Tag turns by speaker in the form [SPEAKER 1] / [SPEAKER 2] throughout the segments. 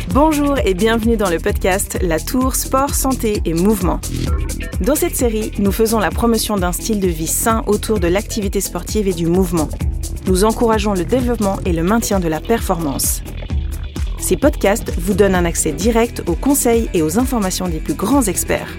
[SPEAKER 1] Bonjour et bienvenue dans le podcast La Tour Sport, Santé et Mouvement. Dans cette série, nous faisons la promotion d'un style de vie sain autour de l'activité sportive et du mouvement. Nous encourageons le développement et le maintien de la performance. Ces podcasts vous donnent un accès direct aux conseils et aux informations des plus grands experts.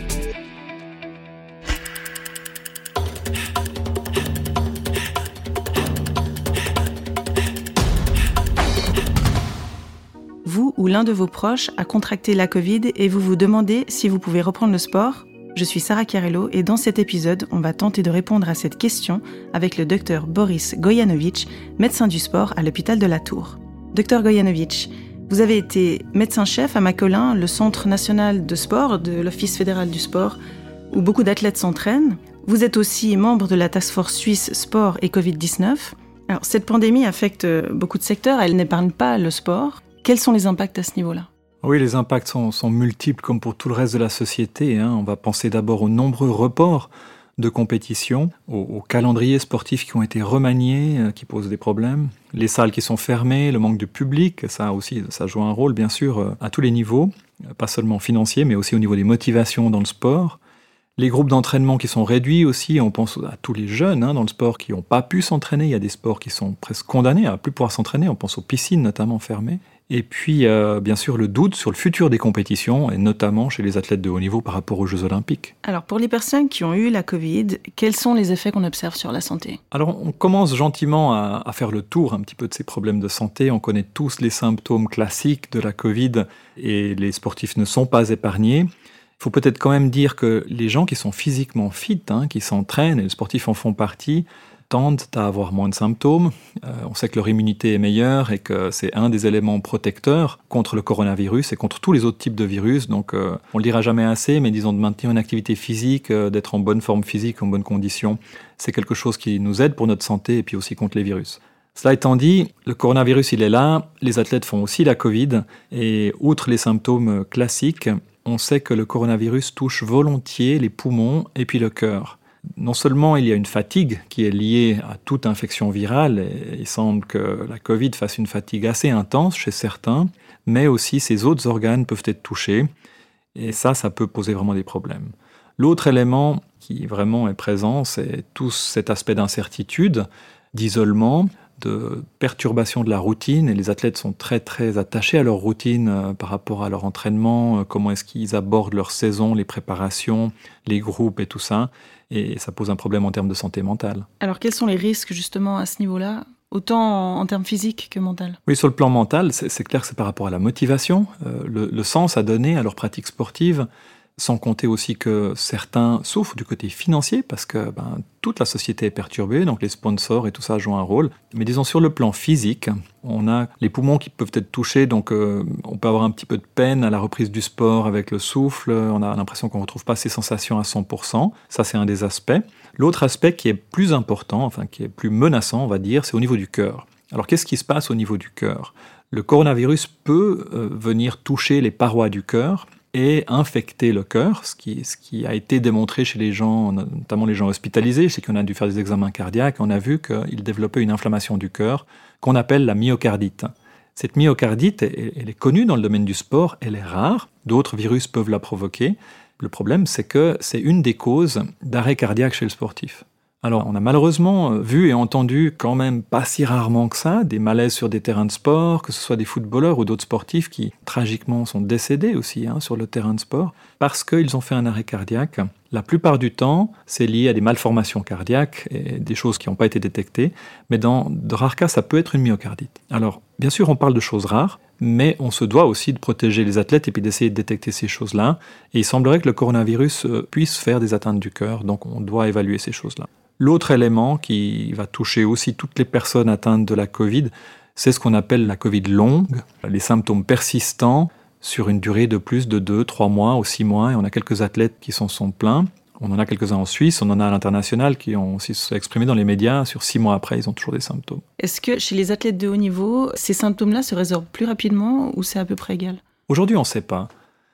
[SPEAKER 1] Vous ou l'un de vos proches a contracté la Covid et vous vous demandez si vous pouvez reprendre le sport ? Je suis Sarah Chiarello et dans cet épisode, on va tenter de répondre à cette question avec le docteur Boris Gojanovic, médecin du sport à l'hôpital de la Tour. Docteur Gojanovic, vous avez été médecin-chef à Macolin, le centre national de sport de l'Office fédéral du sport, où beaucoup d'athlètes s'entraînent. Vous êtes aussi membre de la task force suisse sport et Covid-19. Alors, cette pandémie affecte beaucoup de secteurs, elle n'épargne pas le sport. Quels sont les impacts à ce niveau-là ?
[SPEAKER 2] Oui, les impacts sont multiples comme pour tout le reste de la société. On va penser d'abord aux nombreux reports de compétition, aux calendriers sportifs qui ont été remaniés, qui posent des problèmes, les salles qui sont fermées, le manque de public, ça aussi, ça joue un rôle bien sûr à tous les niveaux, pas seulement financier, mais aussi au niveau des motivations dans le sport. Les groupes d'entraînement qui sont réduits aussi, on pense à tous les jeunes dans le sport qui n'ont pas pu s'entraîner, il y a des sports qui sont presque condamnés à ne plus pouvoir s'entraîner, on pense aux piscines notamment fermées. Et puis, bien sûr, le doute sur le futur des compétitions, et notamment chez les athlètes de haut niveau par rapport aux Jeux Olympiques.
[SPEAKER 1] Alors, pour les personnes qui ont eu la Covid, quels sont les effets qu'on observe sur la santé ?
[SPEAKER 2] Alors, on commence gentiment à faire le tour un petit peu de ces problèmes de santé. On connaît tous les symptômes classiques de la Covid et les sportifs ne sont pas épargnés. Il faut peut-être quand même dire que les gens qui sont physiquement fit, qui s'entraînent, et les sportifs en font partie, tendent à avoir moins de symptômes. On sait que leur immunité est meilleure et que c'est un des éléments protecteurs contre le coronavirus et contre tous les autres types de virus. Donc on ne le dira jamais assez, mais disons de maintenir une activité physique, d'être en bonne forme physique, en bonne condition, c'est quelque chose qui nous aide pour notre santé et puis aussi contre les virus. Cela étant dit, le coronavirus il est là, les athlètes font aussi la Covid et outre les symptômes classiques, on sait que le coronavirus touche volontiers les poumons et puis le cœur. Non seulement il y a une fatigue qui est liée à toute infection virale, et il semble que la Covid fasse une fatigue assez intense chez certains, mais aussi ces autres organes peuvent être touchés, et ça peut poser vraiment des problèmes. L'autre élément qui vraiment est présent, c'est tout cet aspect d'incertitude, d'isolement, de perturbation de la routine, et les athlètes sont très très attachés à leur routine par rapport à leur entraînement, comment est-ce qu'ils abordent leur saison, les préparations, les groupes et tout ça, et ça pose un problème en termes de santé mentale.
[SPEAKER 1] Alors quels sont les risques justement à ce niveau-là, autant en termes physiques que mental ?
[SPEAKER 2] Oui, sur le plan mental, c'est clair que c'est par rapport à la motivation, le sens à donner à leur pratique sportive, sans compter aussi que certains souffrent du côté financier parce que toute la société est perturbée, donc les sponsors et tout ça jouent un rôle. Mais disons sur le plan physique, on a les poumons qui peuvent être touchés, donc on peut avoir un petit peu de peine à la reprise du sport avec le souffle, on a l'impression qu'on ne retrouve pas ces sensations à 100%, ça c'est un des aspects. L'autre aspect qui est plus important, qui est plus menaçant on va dire, c'est au niveau du cœur. Alors qu'est-ce qui se passe au niveau du cœur ? Le coronavirus peut venir toucher les parois du cœur, et infecter le cœur, ce qui a été démontré chez les gens, notamment les gens hospitalisés. Je sais qu'on a dû faire des examens cardiaques, on a vu qu'ils développaient une inflammation du cœur qu'on appelle la myocardite. Cette myocardite, elle est connue dans le domaine du sport, elle est rare, d'autres virus peuvent la provoquer. Le problème, c'est que c'est une des causes d'arrêt cardiaque chez le sportif. Alors, on a malheureusement vu et entendu quand même pas si rarement que ça, des malaises sur des terrains de sport, que ce soit des footballeurs ou d'autres sportifs qui, tragiquement, sont décédés aussi sur le terrain de sport, parce qu'ils ont fait un arrêt cardiaque. La plupart du temps, c'est lié à des malformations cardiaques et des choses qui n'ont pas été détectées, mais dans de rares cas, ça peut être une myocardite. Alors, bien sûr, on parle de choses rares, mais on se doit aussi de protéger les athlètes et puis d'essayer de détecter ces choses-là. Et il semblerait que le coronavirus puisse faire des atteintes du cœur, donc on doit évaluer ces choses-là. L'autre élément qui va toucher aussi toutes les personnes atteintes de la Covid, c'est ce qu'on appelle la Covid longue, les symptômes persistants sur une durée de plus de 2, 3 mois ou 6 mois, et on a quelques athlètes qui s'en sont plaints. On en a quelques-uns en Suisse, on en a à l'international qui ont aussi exprimé dans les médias, sur 6 mois après, ils ont toujours des symptômes.
[SPEAKER 1] Est-ce que chez les athlètes de haut niveau, ces symptômes-là se résorbent plus rapidement ou c'est à peu près égal ?
[SPEAKER 2] Aujourd'hui, on ne sait pas.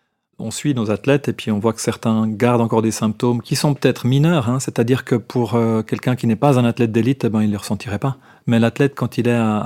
[SPEAKER 2] On suit nos athlètes et puis on voit que certains gardent encore des symptômes qui sont peut-être mineurs, c'est-à-dire que pour quelqu'un qui n'est pas un athlète d'élite, il ne les ressentirait pas. Mais l'athlète, quand il est à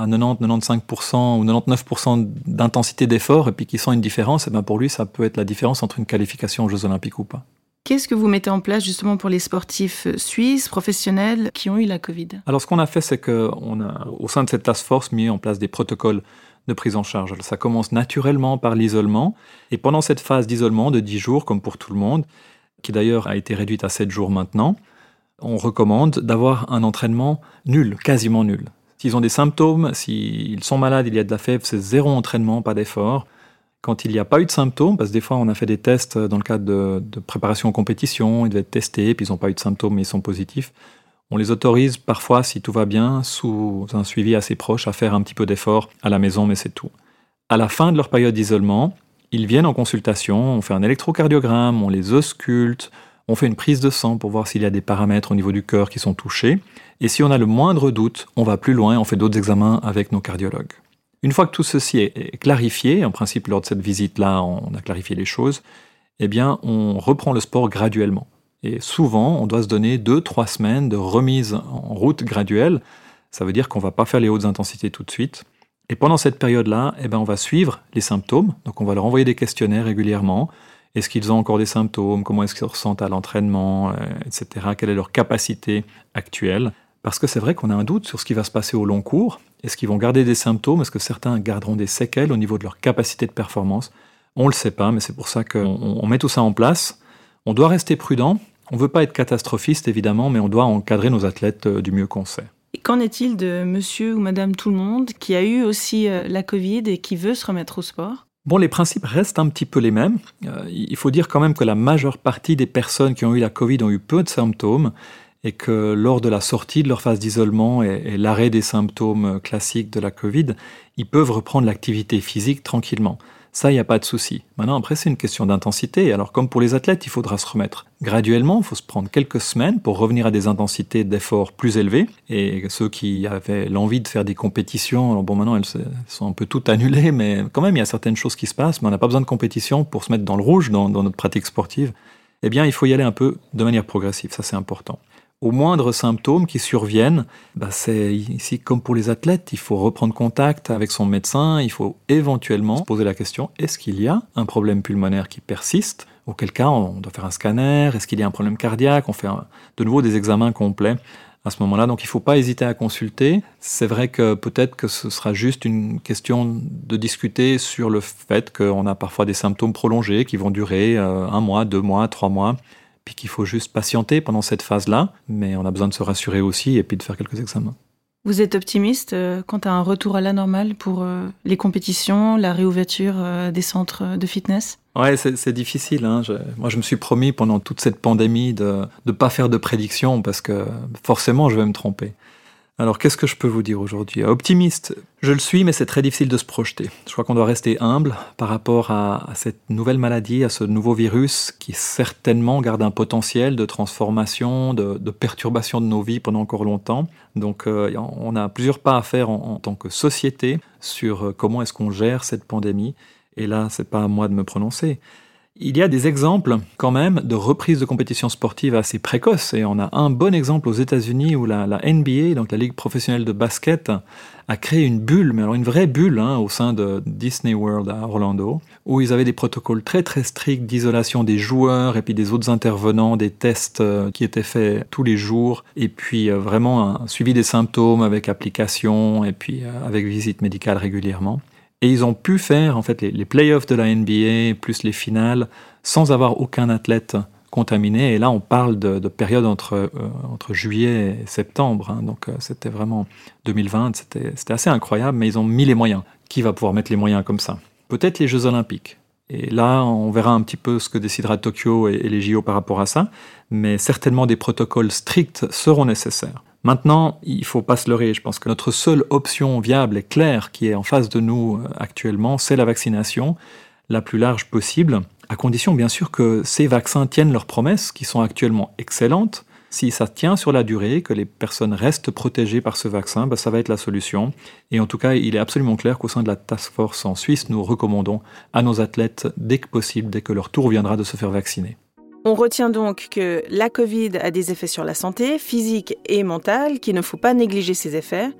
[SPEAKER 2] 90-95% ou 99% d'intensité d'effort et puis qu'il sent une différence, pour lui, ça peut être la différence entre une qualification aux Jeux Olympiques ou pas.
[SPEAKER 1] Qu'est-ce que vous mettez en place justement pour les sportifs suisses, professionnels, qui ont eu la Covid ?
[SPEAKER 2] Alors ce qu'on a fait, c'est qu'on a, au sein de cette task force, mis en place des protocoles de prise en charge. Alors, ça commence naturellement par l'isolement. Et pendant cette phase d'isolement de 10 jours, comme pour tout le monde, qui d'ailleurs a été réduite à 7 jours maintenant, on recommande d'avoir un entraînement nul, quasiment nul. S'ils ont des symptômes, s'ils sont malades, il y a de la fièvre, c'est 0 entraînement, pas d'effort. Quand il n'y a pas eu de symptômes, parce que des fois on a fait des tests dans le cadre de préparation aux compétitions, ils devaient être testés, puis ils n'ont pas eu de symptômes mais ils sont positifs, on les autorise parfois, si tout va bien, sous un suivi assez proche, à faire un petit peu d'effort à la maison, mais c'est tout. À la fin de leur période d'isolement, ils viennent en consultation, on fait un électrocardiogramme, on les ausculte, on fait une prise de sang pour voir s'il y a des paramètres au niveau du cœur qui sont touchés, et si on a le moindre doute, on va plus loin, on fait d'autres examens avec nos cardiologues. Une fois que tout ceci est clarifié, en principe lors de cette visite-là, on a clarifié les choses, eh bien on reprend le sport graduellement. Et souvent, on doit se donner 2-3 semaines de remise en route graduelle. Ça veut dire qu'on ne va pas faire les hautes intensités tout de suite. Et pendant cette période-là, on va suivre les symptômes. Donc on va leur envoyer des questionnaires régulièrement. Est-ce qu'ils ont encore des symptômes ? Comment est-ce qu'ils se ressentent à l'entraînement, etc. Quelle est leur capacité actuelle ? Parce que c'est vrai qu'on a un doute sur ce qui va se passer au long cours. Est-ce qu'ils vont garder des symptômes ? Est-ce que certains garderont des séquelles au niveau de leur capacité de performance ? On ne le sait pas, mais c'est pour ça qu'on met tout ça en place. On doit rester prudent. On ne veut pas être catastrophiste, évidemment, mais on doit encadrer nos athlètes du mieux qu'on sait.
[SPEAKER 1] Et qu'en est-il de monsieur ou madame tout le monde qui a eu aussi la Covid et qui veut se remettre au sport ?
[SPEAKER 2] Bon, les principes restent un petit peu les mêmes. Il faut dire quand même que la majeure partie des personnes qui ont eu la Covid ont eu peu de symptômes et que lors de la sortie de leur phase d'isolement et l'arrêt des symptômes classiques de la Covid, ils peuvent reprendre l'activité physique tranquillement. Ça, il n'y a pas de souci. Maintenant, après, c'est une question d'intensité. Alors, comme pour les athlètes, il faudra se remettre graduellement. Il faut se prendre quelques semaines pour revenir à des intensités d'efforts plus élevées. Et ceux qui avaient l'envie de faire des compétitions, alors bon, maintenant, elles sont un peu toutes annulées, mais quand même, il y a certaines choses qui se passent. Mais on n'a pas besoin de compétition pour se mettre dans le rouge dans notre pratique sportive. Eh bien, il faut y aller un peu de manière progressive. Ça, c'est important. Aux moindres symptômes qui surviennent, c'est ici comme pour les athlètes, il faut reprendre contact avec son médecin, il faut éventuellement se poser la question, est-ce qu'il y a un problème pulmonaire qui persiste ? Auquel cas, on doit faire un scanner, est-ce qu'il y a un problème cardiaque ? On fait de nouveau des examens complets à ce moment-là, donc il ne faut pas hésiter à consulter. C'est vrai que peut-être que ce sera juste une question de discuter sur le fait qu'on a parfois des symptômes prolongés qui vont durer 1 mois, 2 mois, 3 mois, puis qu'il faut juste patienter pendant cette phase-là, mais on a besoin de se rassurer aussi et puis de faire quelques examens.
[SPEAKER 1] Vous êtes optimiste quant à un retour à la normale pour les compétitions, la réouverture des centres de fitness ?
[SPEAKER 2] Ouais, c'est difficile. Moi, je me suis promis pendant toute cette pandémie de ne pas faire de prédictions parce que forcément, je vais me tromper. Alors, qu'est-ce que je peux vous dire aujourd'hui ? Optimiste, je le suis, mais c'est très difficile de se projeter. Je crois qu'on doit rester humble par rapport à cette nouvelle maladie, à ce nouveau virus qui certainement garde un potentiel de transformation, de perturbation de nos vies pendant encore longtemps. Donc, on a plusieurs pas à faire en tant que société sur comment est-ce qu'on gère cette pandémie. Et là, c'est pas à moi de me prononcer. Il y a des exemples quand même de reprise de compétitions sportives assez précoces et on a un bon exemple aux États-Unis où la NBA, donc la Ligue professionnelle de basket, a créé une bulle, mais alors une vraie bulle au sein de Disney World à Orlando, où ils avaient des protocoles très très stricts d'isolation des joueurs et puis des autres intervenants, des tests qui étaient faits tous les jours et puis vraiment un suivi des symptômes avec application et puis avec visite médicale régulièrement. Et ils ont pu faire en fait les playoffs de la NBA plus les finales sans avoir aucun athlète contaminé. Et là, on parle de période entre juillet et septembre. Donc c'était vraiment 2020, c'était assez incroyable, mais ils ont mis les moyens. Qui va pouvoir mettre les moyens comme ça ? Peut-être les Jeux Olympiques. Et là, on verra un petit peu ce que décidera Tokyo et les JO par rapport à ça. Mais certainement des protocoles stricts seront nécessaires. Maintenant, il ne faut pas se leurrer. Je pense que notre seule option viable et claire qui est en face de nous actuellement, c'est la vaccination la plus large possible, à condition bien sûr que ces vaccins tiennent leurs promesses, qui sont actuellement excellentes. Si ça tient sur la durée, que les personnes restent protégées par ce vaccin, ça va être la solution. Et en tout cas, il est absolument clair qu'au sein de la Task Force en Suisse, nous recommandons à nos athlètes, dès que possible, dès que leur tour viendra, de se faire vacciner.
[SPEAKER 1] On retient donc que la Covid a des effets sur la santé, physique et mentale, qu'il ne faut pas négliger ces effets.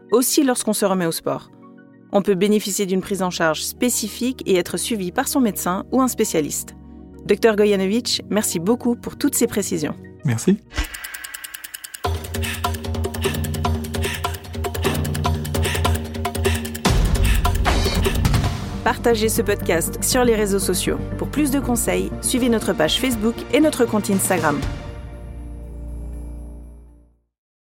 [SPEAKER 1] aussi lorsqu'on se remet au sport. On peut bénéficier d'une prise en charge spécifique et être suivi par son médecin ou un spécialiste. Dr Gojanovic, merci beaucoup pour toutes ces précisions.
[SPEAKER 2] Merci.
[SPEAKER 1] Partagez ce podcast sur les réseaux sociaux. Pour plus de conseils, suivez notre page Facebook et notre compte Instagram.